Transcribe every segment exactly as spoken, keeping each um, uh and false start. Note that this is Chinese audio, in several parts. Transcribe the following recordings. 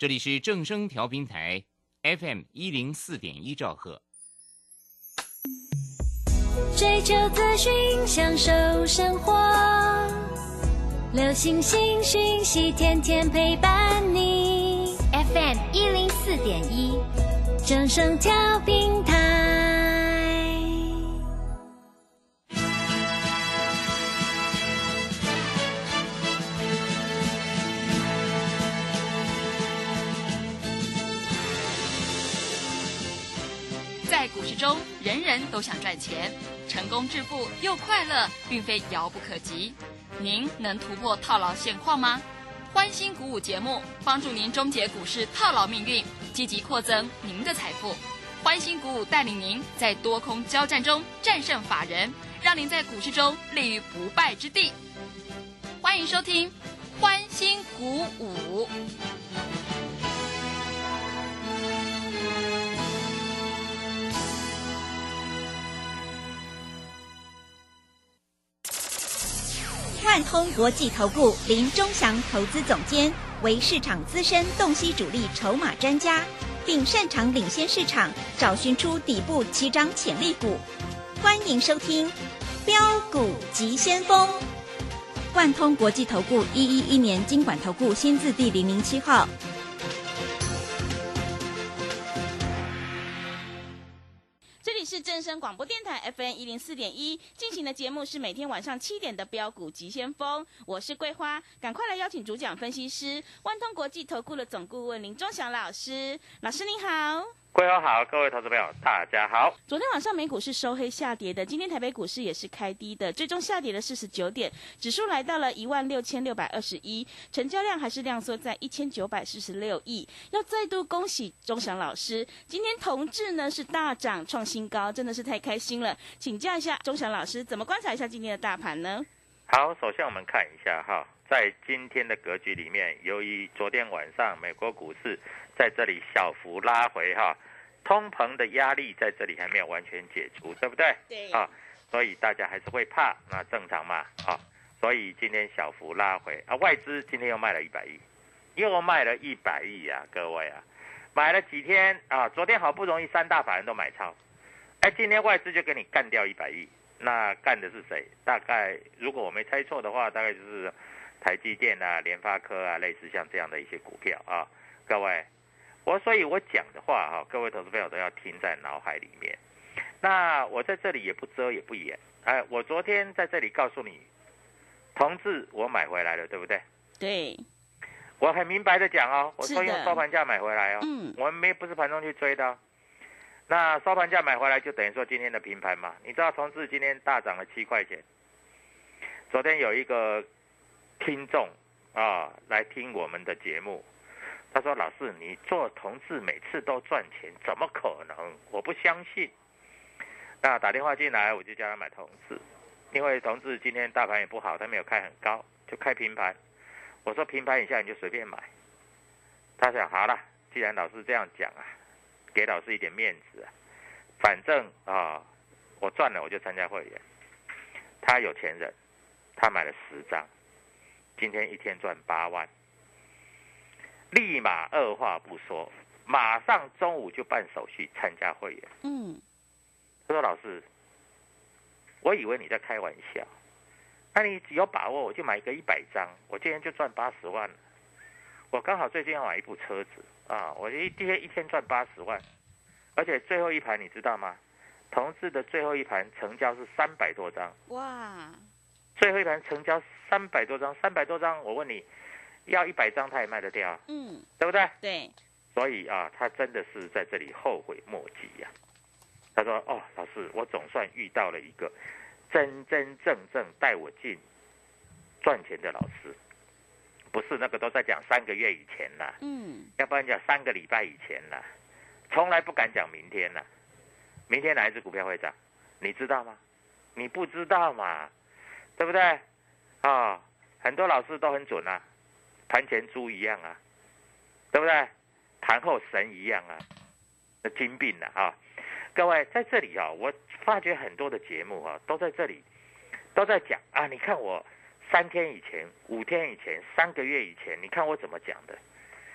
这里是正声调频台 F M 一零四点一兆赫。 追求资讯，享受生活，流行新讯息，天天陪伴你。F M 一零四点一，正声调频台。 在股市中，人人都想赚钱，成功致富又快乐，并非遥不可及。您能突破套牢现况吗？欢欣鼓舞节目帮助您终结股市套牢命运，积极扩增您的财富。欢欣鼓舞带领您在多空交战中战胜法人，让您在股市中立于不败之地。欢迎收听欢欣鼓舞。 万通国际投顾林钟祥投资总监为市场资深洞悉主力筹码专家，并擅长领先市场，找寻出底部起涨潜力股。欢迎收听标股急先锋。万通国际投顾一一一年金管投顾新字第零零七号。 这里是正声广播电台 F M 一零四点一，进行的节目是每天晚上七点的标股急先锋，我是桂花，赶快来邀请主讲分析师万通国际投顾的总顾问林钟祥老师，老师您好。 桂花好，各位投资朋友大家好。 昨天晚上美股是收黑下跌的，今天台北股市也是开低的，最终下跌了四十九点，指数来到了一万六千六百二十一，成交量还是量缩在一千九百四十六亿。要再度恭喜钟祥老师，今天同志呢是大涨创新高，真的是太开心了。请教一下钟祥老师，怎么观察一下今天的大盘呢？ 好，首先我们看一下哈，在今天的格局里面，由于昨天晚上美国股市在这里小幅拉回哈，通膨的压力在这里还没有完全解除，对不对？ 对啊，所以大家还是会怕，那正常嘛啊，所以今天小幅拉回啊，外资今天又卖了一百亿，又卖了一百亿啊，各位啊，买了几天啊？昨天好不容易三大法人都买超，哎，今天外资就给你干掉一百亿，那干的是谁？大概如果我没猜错的话，大概就是台积电啊、联发科啊，类似像这样的一些股票啊，各位。我所以，我讲的话哈，各位投资朋友都要听在脑海里面。那我在这里也不遮也不掩，哎，我昨天在这里告诉你，同志我买回来了，对不对？ 对， 我很明白的讲哦，我说用收盘价买回来哦， 嗯， 我们没不是盘中去追的、哦。那收盘价买回来就等于说今天的平盘嘛。你知道同志今天大涨了七块钱。昨天有一个听众啊来听我们的节目。他说：“老师，你做同志每次都赚钱，怎么可能？我不相信。”那打电话进来，我就叫他买同志，因为同志今天大盘也不好，他没有开很高，就开平盘。我说平盘以下你就随便买。他想好了，既然老师这样讲啊，给老师一点面子啊，反正啊，我赚了我就参加会员。他有钱人，他买了十张，今天一天赚八万。立马二话不说，马上中午就办手续参加会员。 嗯， 他说：“老师，我以为你在开玩笑，那你有把握我就买个一百张，我今天就赚八十万了。我刚好最近要买一部车子啊，我一天一天赚八十万，而且最后一盘你知道吗？同志的最后一盘成交是三百多张， 哇， 最后一盘成交三百多张，三百多张，我问你。”要一百张他也卖得掉， 嗯， 对不对？ 对， 所以啊，他真的是在这里后悔莫及呀、啊。他说：“哦，老师，我总算遇到了一个真真正正带我进赚钱的老师，不是那个都在讲三个月以前啦， 嗯， 要不然讲三个礼拜以前啦，从来不敢讲明天啦。明天哪一只股票会涨？你知道吗？你不知道嘛，对不对？啊、哦，很多老师都很准啊。”盘前猪一样啊，对不对？盘后神一样啊，那精病了啊！各位在这里啊，我发觉很多的节目啊，都在这里都在讲啊。你看我三天以前、五天以前、三个月以前，你看我怎么讲的？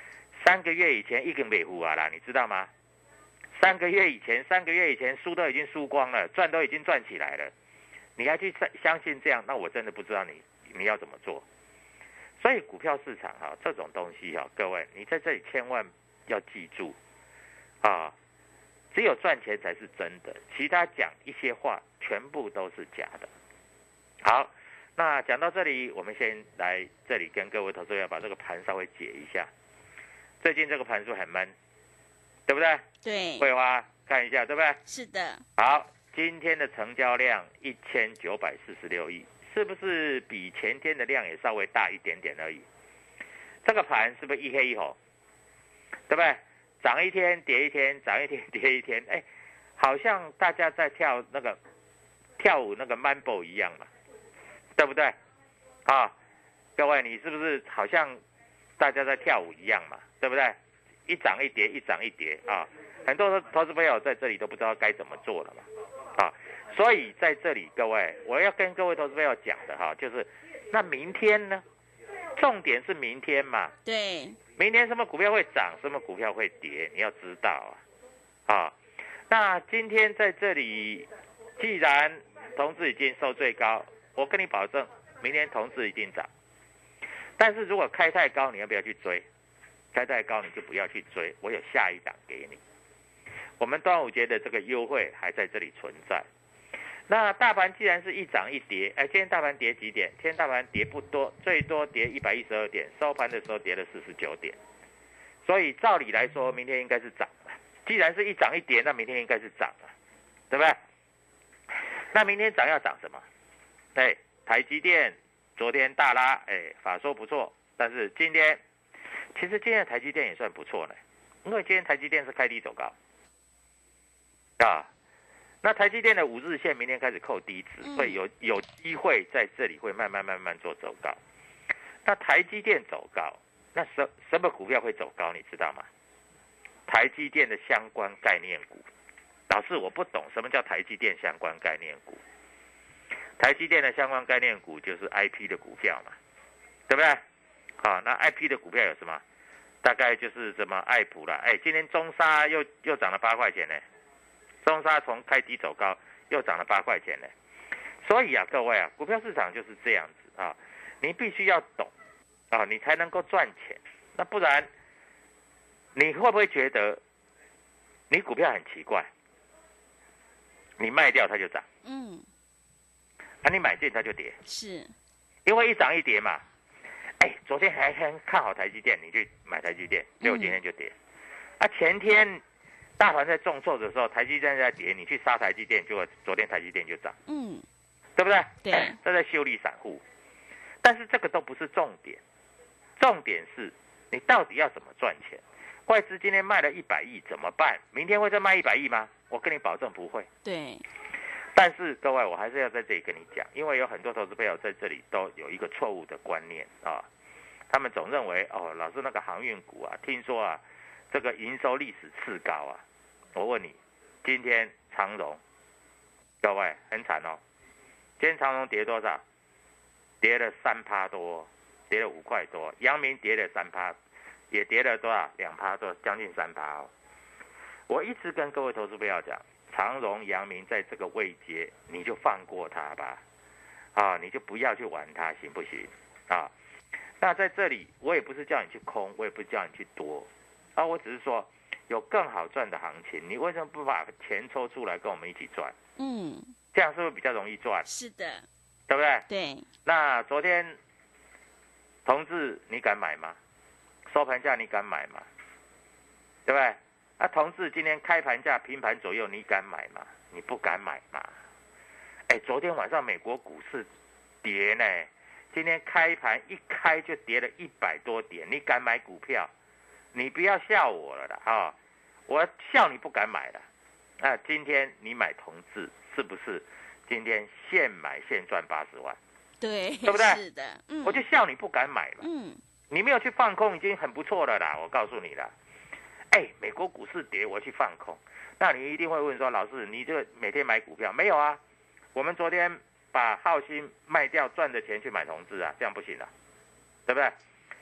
三个月以前一根北湖啊啦，你知道吗？三个月以前，三个月以前输都已经输光了，赚都已经赚起来了，你还去相信这样？那我真的不知道你你要怎么做。所以股票市场哈、啊，这种东西哈、啊，各位你在这里千万要记住啊，只有赚钱才是真的，其他讲一些话全部都是假的。好，那讲到这里，我们先来这里跟各位投资者把这个盘稍微解一下。最近这个盘数很闷，对不对？ 对， 桂花看一下，对不对？ 是的。 好，今天的成交量一千九百四十六亿，是不是比前天的量也稍微大一点点而已？这个盘是不是一黑一红？对不对？涨一天跌一天，涨一天跌一天，哎，好像大家在跳那个跳舞那个 Mambo 一样嘛，对不对？啊，各位，你是不是好像大家在跳舞一样嘛？对不对？一涨一跌，一涨一跌啊！很多投资朋友在这里都不知道该怎么做了嘛，啊，所以在这里各位，我要跟各位投资朋友讲的哈，就是那明天呢，重点是明天嘛， 对， 明天什么股票会涨，什么股票会跌，你要知道啊，啊，那今天在这里，既然同志已经收最高，我跟你保证，明天同志一定涨，但是如果开太高，你要不要去追？开太高你就不要去追，我有下一档给你。我们端午节的这个优惠还在这里存在。那大盘既然是一涨一跌，哎，今天大盘跌几点？今天大盘跌不多，最多跌一百一十二点，收盘的时候跌了四十九点。所以照理来说，明天应该是涨了。既然是一涨一跌，那明天应该是涨了，对不对？那明天涨要涨什么？哎，台积电昨天大拉，哎，法说不错，但是今天。其实今天的台积电也算不错呢，因为今天台积电是开低走高，啊，那台积电的五日线明天开始扣低值，所以有有机会在这里会慢慢慢慢做走高。那台积电走高，那什什么股票会走高？你知道吗？台积电的相关概念股。老师，我不懂什么叫台积电相关概念股。台积电的相关概念股就是 I P 的股票嘛，对不对？好，那 I P 的股票有什么？大概就是什么爱普啦，哎，今天中沙又又涨了八块钱呢，中沙从开低走高又涨了八块钱呢，所以啊，各位啊，股票市场就是这样子啊，你必须要懂啊，你才能够赚钱，那不然你会不会觉得你股票很奇怪？你卖掉它就涨， 嗯， 啊，你买进它就跌， 是， 因为一涨一跌嘛。哎，昨天还很看好台积电，你去买台积电，结果今天就跌。嗯、啊，前天大盘在重挫的时候，台积电在跌，你去杀台积电，结果昨天台积电就涨， 嗯， 对不对？ 对， 哎、这在修理散户。但是这个都不是重点，重点是你到底要怎么赚钱？外资今天卖了一百亿怎么办？明天会再卖一百亿吗？我跟你保证不会。 对。 但是各位，我还是要在这里跟你讲，因为有很多投资朋友在这里都有一个错误的观念啊，他们总认为哦，老师那个航运股啊，听说啊，这个营收历史次高啊。我问你，今天长荣，各位很惨哦，今天长荣跌多少？跌了三趴多，跌了五块多。阳明跌了三趴，也跌了多少？两趴多，将近三趴哦。我一直跟各位投资朋友讲。长荣、阳明在这个位阶，你就放过它吧，啊，你就不要去玩它，行不行？啊，那在这里，我也不是叫你去空，我也不是叫你去多，啊，我只是说有更好赚的行情，你为什么不把钱抽出来跟我们一起赚？ 嗯， 这样是不是比较容易赚？ 是的， 对不对？ 对。 那昨天同志你敢买吗？收盘价你敢买吗？对不对？那同志今天开盘价平盘左右，你敢买吗？你不敢买嘛？哎，昨天晚上美国股市跌呢，今天开盘一开就跌了一百多点，你敢买股票？你不要笑我了啦啊！我笑你不敢买了。那今天你买同志是不是今天现买现赚八十万？ 对， 对不对？ 是的，嗯， 我就笑你不敢买嘛。 嗯， 你没有去放空已经很不错了啦，我告诉你了。哎，美国股市跌，我去放空，那你一定会问说，老师，你这每天买股票没有啊？我们昨天把浩鑫卖掉赚的钱去买同志啊，这样不行啊，对不对？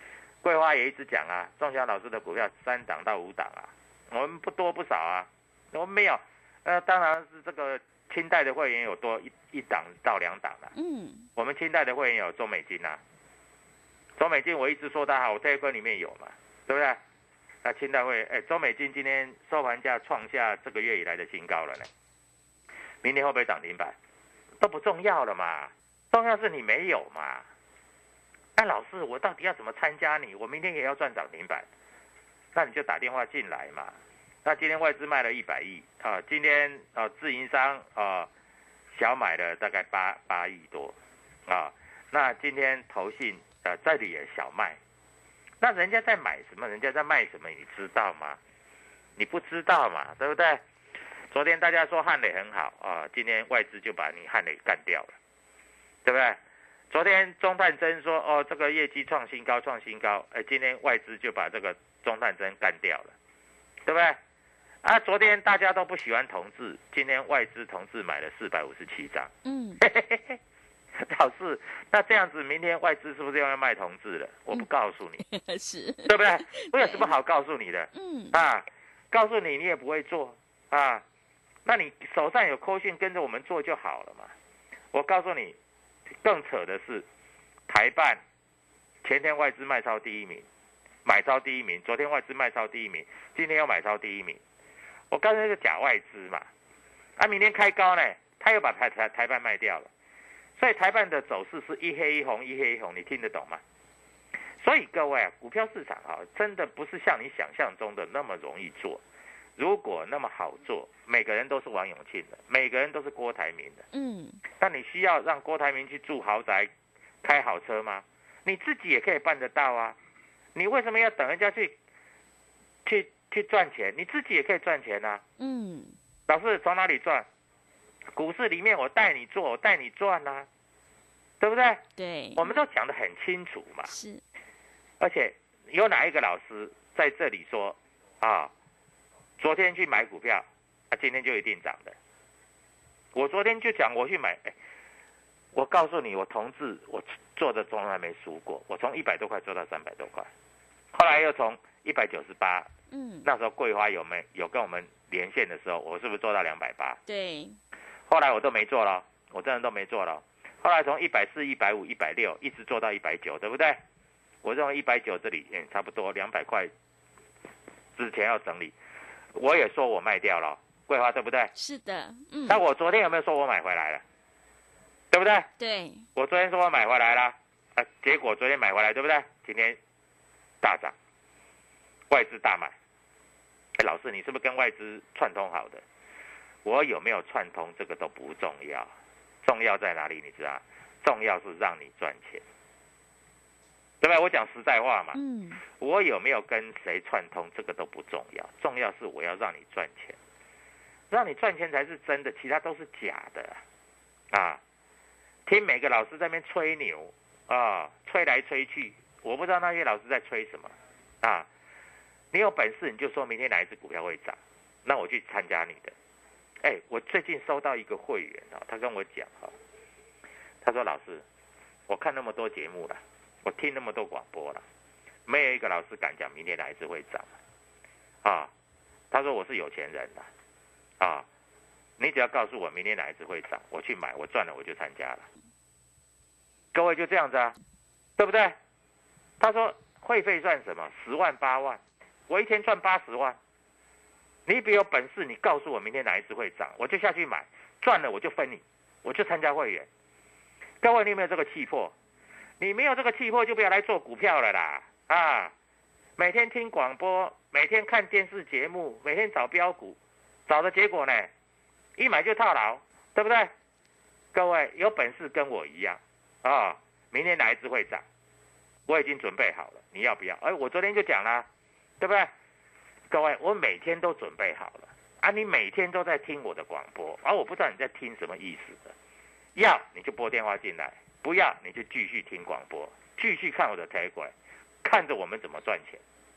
桂花也一直讲啊，仲祥老师的股票三档到五档啊，我们不多不少啊，我们没有，呃，当然是这个清代的会员有多一一档到两档啊， 嗯， 我们清代的会员有中美金啊，中美金我一直说它好，我这一关里面有嘛，对不对？那清代会，哎，中美金今天收盘价创下这个月以来的新高了呢，明天会不会涨停板？都不重要了嘛，重要是你没有嘛。那老师，我到底要怎么参加你？我明天也要赚涨停板，那你就打电话进来嘛。那今天外资卖了一百亿啊，今天啊自营商啊小买了大概八八亿多啊，那今天投信啊这里也小卖，那人家在买什么？人家在卖什么？你知道吗？你不知道嘛，对不对？昨天大家说汉磊很好啊，今天外资就把你汉磊干掉了，对不对？昨天中探针说哦，这个业绩创新高，创新高，哎，今天外资就把这个中探针干掉了，对不对？啊，昨天大家都不喜欢同志，今天外资同志买了四百五十七张， 嗯， 嘿嘿嘿，老师，那这样子明天外资是不是要卖同志了？我不告诉你， 嗯、是， 对不对？我有什么好告诉你的？ 嗯， 啊，告诉你你也不会做啊，那你手上有扣讯跟着我们做就好了嘛。我告诉你。更扯的是，台办前天外资卖超第一名，买超第一名，昨天外资卖超第一名，今天又买超第一名。我刚才是假外资嘛，啊，明天开高呢，他又把台台台办卖掉了，所以台办的走势是一黑一红，一黑一红，你听得懂吗？所以各位啊，股票市场啊，真的不是像你想象中的那么容易做。如果那么好做，每个人都是王永庆的，每个人都是郭台铭的， 嗯， 那你需要让郭台铭去住豪宅、开好车吗？你自己也可以办得到啊！你为什么要等人家去、去、去赚钱？你自己也可以赚钱啊！ 嗯， 老师从哪里赚？股市里面我带你做，我带你赚啊，对不对？ 对， 我们都讲得很清楚嘛。 是， 而且有哪一个老师在这里说啊？昨天去买股票，啊，今天就一定涨的。我昨天就讲我去买，哎，我告诉你，我同志我做的从来没输过，我从一百多块做到三百多块，后来又从一百九十八， 嗯， 那时候桂花有没有跟我们连线的时候，我是不是做到两百八？ 对， 后来我都没做了，我真的都没做了。后来从一百四、一百五、一百六一直做到一百九，对不对？我认为一百九这里，嗯，差不多两百块之前要整理。我也说我卖掉了桂花，对不对？ 是的，嗯。 那我昨天有没有说我买回来了？对不对？ 对。 我昨天说我买回来了，啊，结果昨天买回来，对不对？今天大涨，外资大买。哎，老师，你是不是跟外资串通好的？我有没有串通，这个都不重要，重要在哪里？你知道？重要是让你赚钱。对吧？我讲实在话嘛， 嗯， 我有没有跟谁串通，这个都不重要，重要是我要让你赚钱，让你赚钱才是真的，其他都是假的啊！听每个老师在那边吹牛啊，吹来吹去，我不知道那些老师在吹什么啊！你有本事你就说明天哪一只股票会涨，那我去参加你的。哎，我最近收到一个会员啊，他跟我讲哈，他说老师，我看那么多节目了。我听那么多广播了，没有一个老师敢讲明天哪一只会涨啊！他说我是有钱人了啊！你只要告诉我明天哪一只会涨，我去买，我赚了我就参加了。各位就这样子啊，对不对？他说会费算什么？十万八万，我一天赚八十万。你比有本事，你告诉我明天哪一只会涨，我就下去买，赚了我就分你，我就参加会员。各位，你有没有这个气魄？你没有这个气魄，就不要来做股票了啦！啊，每天听广播，每天看电视节目，每天找标股，找的结果呢，一买就套牢，对不对？各位有本事跟我一样啊！明天哪一只会涨，我已经准备好了，你要不要？哎，我昨天就讲了，对不对？各位，我每天都准备好了啊！你每天都在听我的广播，而、啊、我不知道你在听什么意思的，要你就拨电话进来。不要你就继续听广播，继续看我的 Telegram，看着我们怎么赚钱。好，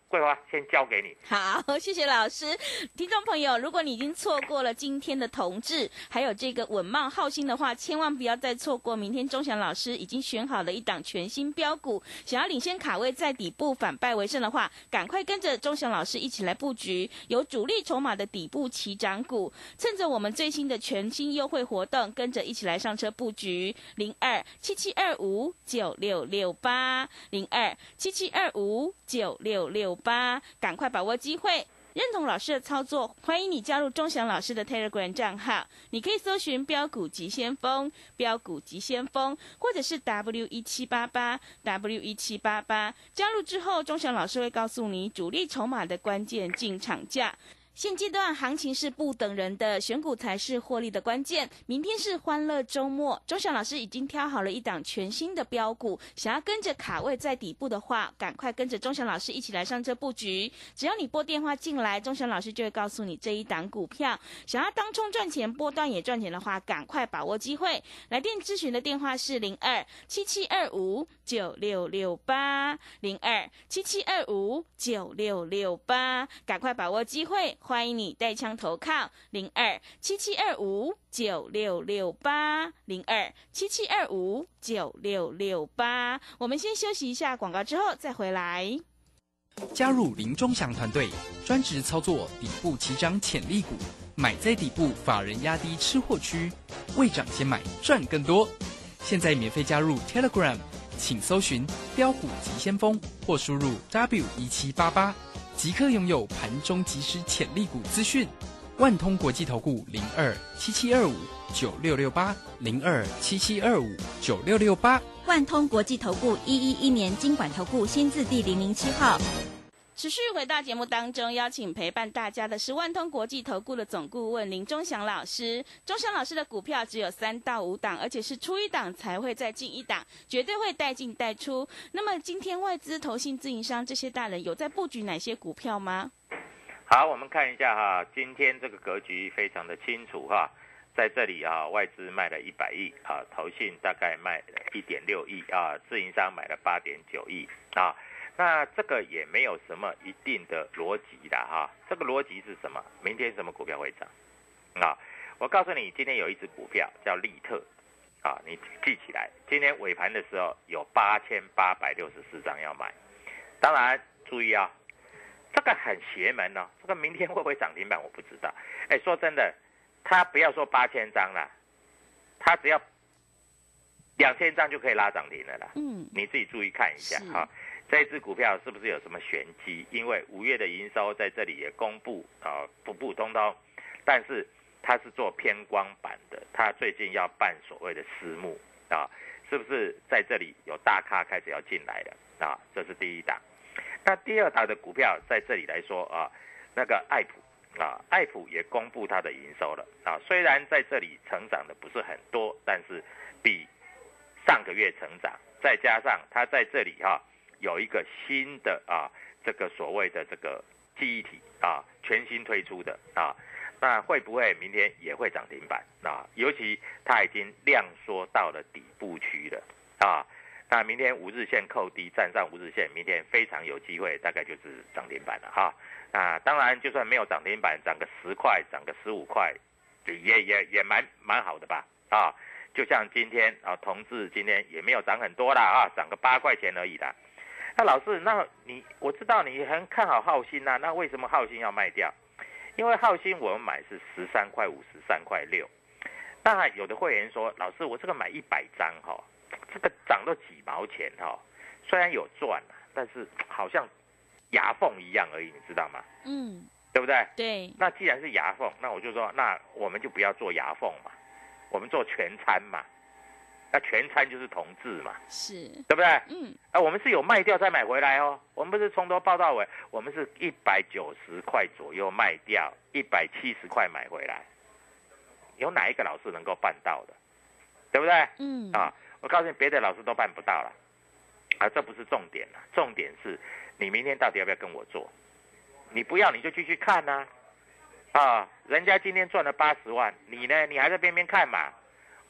桂花先交给你。 好，谢谢老师。听众朋友，如果你已经错过了今天的同志，还有这个稳茂浩兴的话，千万不要再错过。明天钟祥老师已经选好了一档全新标股，想要领先卡位在底部反败为胜的话，赶快跟着钟祥老师一起来布局有主力筹码的底部起涨股，趁着我们最新的全新优惠活动，跟着一起来上车布局零二七七二五九六六八零二七七二五九六六八，赶快把握机会。认同老师的操作，欢迎你加入钟祥老师的 Telegram 账号，你可以搜寻标股急先锋、标股急先锋，或者是 W 一七八八 W 一七八八。加入之后，钟祥老师会告诉你主力筹码的关键进场价。现阶段行情是不等人的，选股才是获利的关键。明天是欢乐周末，钟祥老师已经挑好了一档全新的标股，想要跟着卡位在底部的话，赶快跟着钟祥老师一起来上车布局。只要你拨电话进来，钟祥老师就会告诉你这一档股票。想要当冲赚钱，波段也赚钱的话，赶快把握机会。来电咨询的电话是零二七七二五九六六八零二七七二五九六六八，赶快把握机会。欢迎你带枪投靠零二七七二五九六六八零二七七二五九六六八。我们先休息一下广告，之后再回来。 加入林钟祥团队，专职操作底部起涨潜力股，买在底部，法人压低吃货区，未涨先买赚更多。现在免费加入 Telegram， 请搜寻标股急先锋或输入 W 一七八八。即刻拥有盘中即时潜力股资讯。万通国际投顾零二七七二五九六六八零二七七二五九六六八。 万通国际投顾一一一年金管投顾新字第零零七号。 持续回到节目当中，邀请陪伴大家的是万通国际投顾的总顾问林钟祥老师。钟祥老师的股票只有三到五档，而且是出一档才会再进一档，绝对会带进带出。那么今天外资、投信、自营商这些大人有在布局哪些股票吗？ 好，我们看一下哈，今天这个格局非常的清楚哈，在这里啊，外资卖了一百亿啊，投信大概卖了一点六亿啊，自营商买了八点九亿啊。那这个也没有什么一定的逻辑的哈，这个逻辑是什么？明天什么股票会涨？啊，我告诉你，今天有一只股票叫利特，啊，你记起来，今天尾盘的时候有八千八百六十四张要买，当然注意啊，这个很邪门哦，这个明天会不会涨停板我不知道。哎，说真的，他不要说八千张啦，他只要两千张就可以拉涨停了啦。嗯，你自己注意看一下哈。这一支股票是不是有什么玄机？因为五月的营收在这里也公布啊，普普通通，但是它是做偏光板的，它最近要办所谓的私募啊，是不是在这里有大咖开始要进来了啊？这是第一档。那第二档的股票在这里来说啊，那个爱普啊，爱普也公布它的营收了啊，虽然在这里成长的不是很多，但是比上个月成长，再加上它在这里哈、啊。有一个新的啊，这个所谓的这个记忆体啊，全新推出的啊，那会不会明天也会涨停板啊？尤其它已经量缩到了底部区了啊，那明天五日线扣低，站上五日线，明天非常有机会，大概就是涨停板了哈。那当然，就算没有涨停板，涨个十块，涨个十五块，也也也蛮蛮好的吧啊。就像今天啊，同志今天也没有涨很多啦啊，涨个八块钱而已啦。那老师，那你我知道你很看好浩兴啊，那为什么浩兴要卖掉？因为浩兴我们买是十三块五、十三块六。那有的会员说，老师，我这个买一百张哈、哦，这个涨到几毛钱哈、哦，虽然有赚啊，但是好像牙缝一样而已，你知道吗？嗯，对不对？ 对。 那既然是牙缝，那我就说，那我们就不要做牙缝嘛，我们做全餐嘛。那全餐就是同志嘛， 是， 对不对？ 嗯， 啊，我们是有卖掉再买回来哦，我们不是从头报到尾，我们是一百九十块左右卖掉，一百七十块买回来，有哪一个老师能够办到的？对不对？嗯，啊，我告诉你，别的老师都办不到了，啊，这不是重点了，重点是你明天到底要不要跟我做？你不要你就继续看呐、啊，啊，人家今天赚了八十万，你呢？你还在边边看嘛？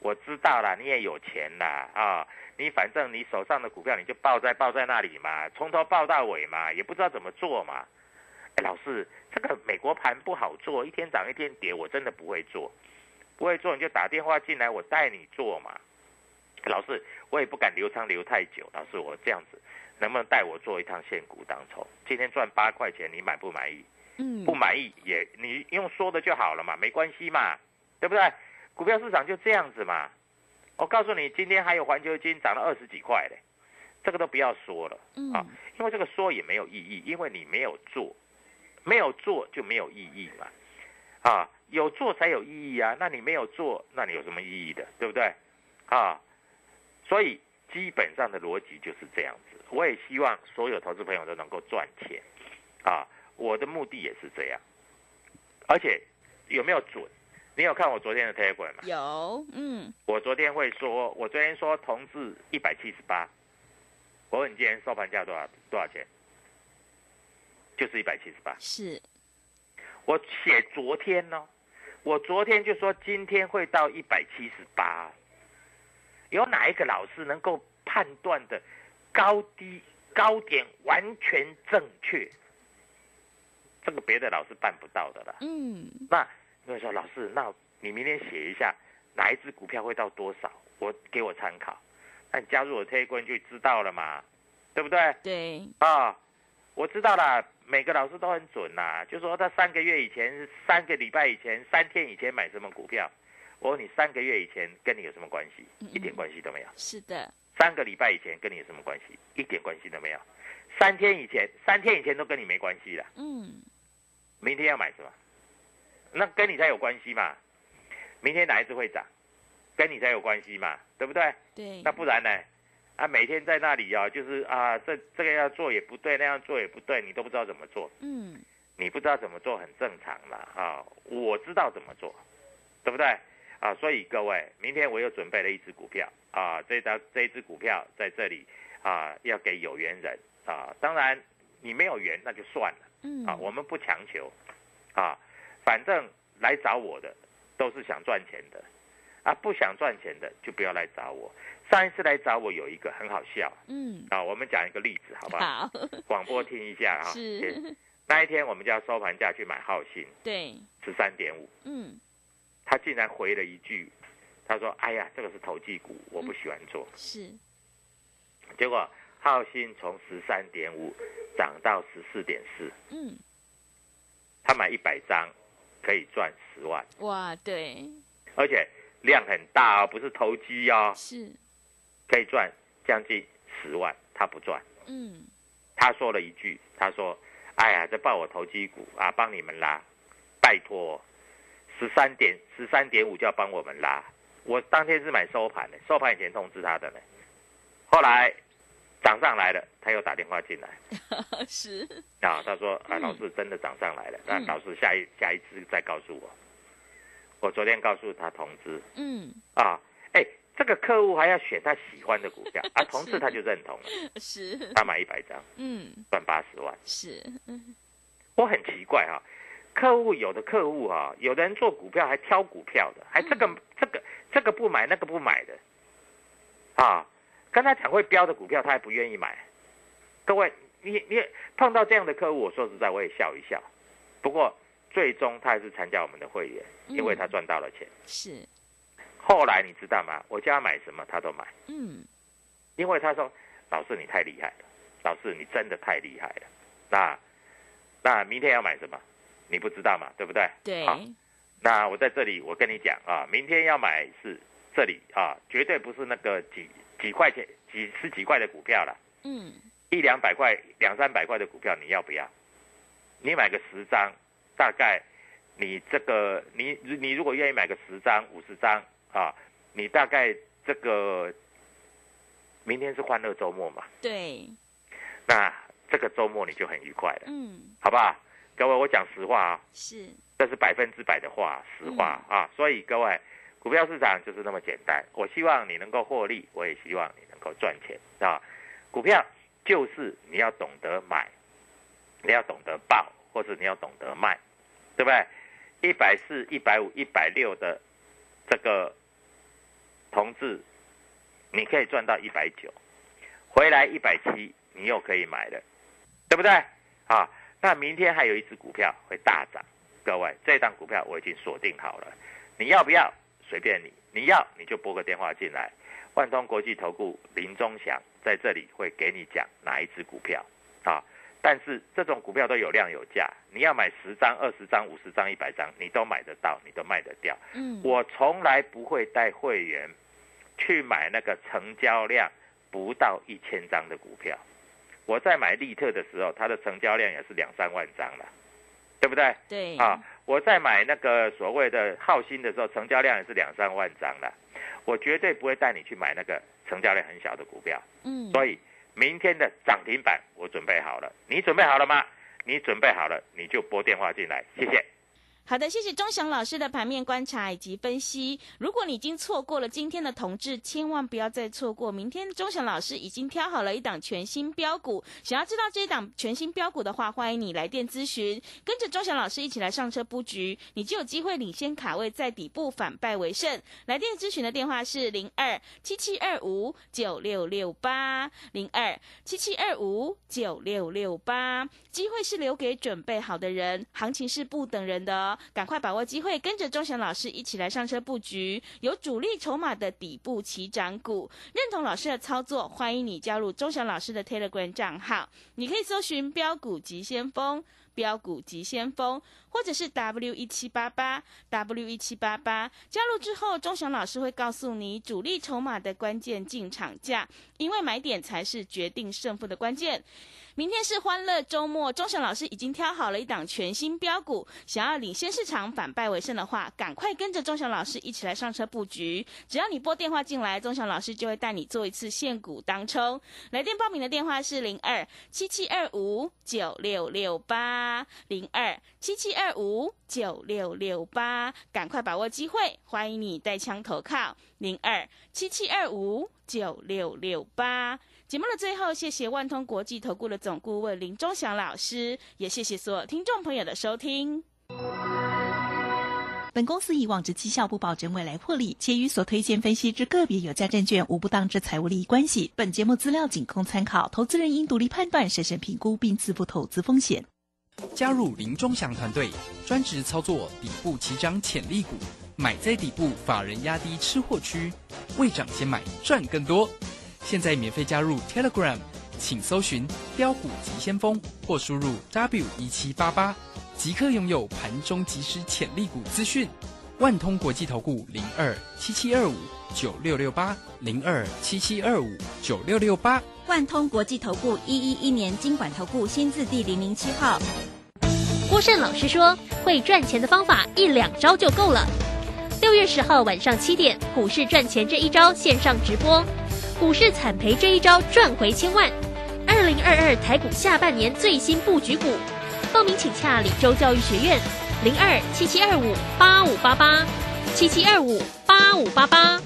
我知道啦，你也有钱啦啊，你反正你手上的股票你就抱在抱在那里嘛，从头抱到尾嘛，也不知道怎么做嘛。哎，老师，这个美国盘不好做，一天涨一天跌，我真的不会做，不会做你就打电话进来，我带你做嘛。老师，我也不敢留仓留太久，老师我这样子能不能带我做一趟现股当冲？今天赚八块钱，你满不满意？ 嗯， 不满意也你用说的就好了嘛，没关系嘛，对不对？股票市场就这样子嘛。我告诉你，今天还有环球金涨了二十几块嘞，这个都不要说了、 嗯、 啊，因为这个说也没有意义，因为你没有做，没有做就没有意义嘛，啊，有做才有意义啊，那你没有做，那你有什么意义的，对不对？啊，所以基本上的逻辑就是这样子。我也希望所有投资朋友都能够赚钱，啊。我的目的也是这样，而且有没有准？你有看我昨天的 Telegram 吗？ 有，嗯。 我昨天会说，我昨天说同志一百七十八，我问你今天收盘价多少多少钱？就是一百七十八。 是。 我写昨天呢、哦，我昨天就说今天会到一百七十八。有哪一个老师能够判断的高低高点完全正确？这个别的老师办不到的啦。 嗯， 那你会说老师，那你明天写一下哪一只股票会到多少，我给我参考。那你加入我 Telegram 就知道了嘛，对不对？ 对。 啊，我知道啦，每个老师都很准啦。就说他三个月以前、三个礼拜以前、三天以前买什么股票，我问你，三个月以前跟你有什么关系？ 嗯嗯一点关系都没有。 是的。 三个礼拜以前跟你有什么关系？一点关系都没有。三天以前，三天以前都跟你没关系啦。 嗯。 明天要买什么？那跟你才有关系嘛。明天哪一只会涨，跟你才有关系嘛，对不对？ 对。 那不然呢？啊，每天在那里啊，就是啊，这这个要做也不对，那样做也不对，你都不知道怎么做。 嗯。 你不知道怎么做很正常啦啊，我知道怎么做，对不对？啊，所以各位，明天我又准备了一只股票啊，这张这一只股票在这里啊，要给有缘人啊，当然你没有缘那就算了。 嗯啊，我们不强求，啊，反正来找我的都是想赚钱的，啊，不想赚钱的就不要来找我。上一次来找我有一个很好笑， 嗯， 啊，我们讲一个例子好不好？ 好， 广播听一下啊。 是。 那一天我们就要收盘价去买浩信， 对， 十三点五， 嗯， 他竟然回了一句，他说：“哎呀，这个是投机股，我不喜欢做。 嗯”是。 结果浩信从十三点五涨到十四点四， 嗯， 他买一百张可以赚十万， 哇，对， 而且量很大哦，不是投机哦， 是， 可以赚将近十万，他不赚， 嗯， 他说了一句，他说：“哎呀，这报我投机股啊，帮你们拉，拜托，十三点十三点五就要帮我们拉，我当天是买收盘的，收盘以前通知他的呢，后来。”涨上来了，他又打电话进来， 是啊，他说啊，老师真的涨上来了，那、嗯、老师下一下一次再告诉我。我昨天告诉他同资， 嗯， 啊，哎，这个客户还要选他喜欢的股票，啊，同事他就认同了， 是， 他买一百张， 嗯， 赚八十万， 是，嗯， 我很奇怪哈、啊，客户有的客户哈、啊，有的人做股票还挑股票的，还这个、嗯、这个这个不买那个不买的，啊。跟他讲会标的股票，他还不愿意买。各位，你你碰到这样的客户，我说实在我也笑一笑。不过最终他还是参加我们的会员，因为他赚到了钱。 嗯、是。 后来你知道吗？我叫他买什么他都买。 嗯。 因为他说：“老师你太厉害了，老师你真的太厉害了。”那那明天要买什么？你不知道嘛？对不对？ 对。 啊、那我在这里我跟你讲啊，明天要买是这里啊，绝对不是那个几。几块钱、几十几块的股票了， 嗯， 一两百块、两三百块的股票，你要不要？你买个十张，大概你这个你你如果愿意买个十张、五十张啊，你大概这个明天是欢乐周末嘛？ 对。 那这个周末你就很愉快了， 嗯， 好不好？各位，我讲实话啊， 是， 这是百分之百的话，实话、嗯、啊，所以各位。股票市场就是那么简单，我希望你能够获利，我也希望你能够赚钱啊！股票就是你要懂得买，你要懂得报，或者你要懂得卖，对不对？一百四、一百五、一百六的这个同志，你可以赚到一百九，回来一百七，你又可以买了，对不对？啊，那明天还有一只股票会大涨，各位，这档股票我已经锁定好了，你要不要？随便你，你要你就拨个电话进来，万通国际投顾林宗祥在这里会给你讲哪一只股票啊。但是这种股票都有量有价，你要买十张、二十张、五十张、一百张，你都买得到，你都卖得掉。嗯，我从来不会带会员去买那个成交量不到一千张的股票。我在买利特的时候，它的成交量也是两三万张了，对不对？ 对。 啊，我在买那个所谓的浩鑫的时候，成交量也是两三万张了。我绝对不会带你去买那个成交量很小的股票。嗯，所以明天的涨停板我准备好了，你准备好了吗？你准备好了，你就拨电话进来，谢谢。 好的，谢谢钟祥老师的盘面观察以及分析。如果你已经错过了今天的同志，千万不要再错过。明天钟祥老师已经挑好了一档全新标股，想要知道这一档全新标股的话，欢迎你来电咨询，跟着钟祥老师一起来上车布局，你就有机会领先卡位，在底部反败为胜。来电咨询的电话是零二七七二五九六六八零二七七二五九六六八。机会是留给准备好的人，行情是不等人的哦。赶快把握机会，跟着钟祥老师一起来上车布局有主力筹码的底部起涨股。认同老师的操作，欢迎你加入钟祥老师的 Telegram 账号，你可以搜寻标股急先锋，标股急先锋，或者是 W 一七八八 W 一七八八。加入之后，钟祥老师会告诉你主力筹码的关键进场价，因为买点才是决定胜负的关键。明天是欢乐周末，钟祥老师已经挑好了一档全新标股，想要领先市场反败为胜的话，赶快跟着钟祥老师一起来上车布局。只要你拨电话进来，钟祥老师就会带你做一次现股当冲。来电报名的电话是零二七七二五九六六八零二七七二五九六六八，赶快把握机会，欢迎你带枪投靠零二七七二五九六六八。节目的最后，谢谢万通国际投顾的总顾问林钟祥老师，也谢谢所有听众朋友的收听。 本公司以往之绩效不保证未来获利，且与所推荐分析之个别有价证券无不当之财务利益关系。本节目资料仅供参考，投资人应独立判断、审慎评估并自负投资风险。 加入林钟祥团队，专职操作底部起涨潜力股，买在底部，法人压低吃货区，未涨先买赚更多。现在免费加入 Telegram， 请搜寻标股急先锋或输入 W 一七八八，即刻拥有盘中即时潜力股资讯。万通国际投顾零二七七二五九六六八零二七七二五九六六八。 万通国际投顾一一一年金管投顾新字第零零七号。 郭胜老师说，会赚钱的方法一两招就够了。六月十号晚上七点，股市赚钱这一招线上直播。股市惨赔这一招赚回千万，二零二二台股下半年最新布局股，报名请洽李州教育学院零二七七二五八五八八七七二五八五八八。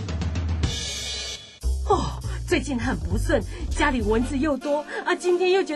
哦，最近很不顺，家里蚊子又多啊，今天又觉得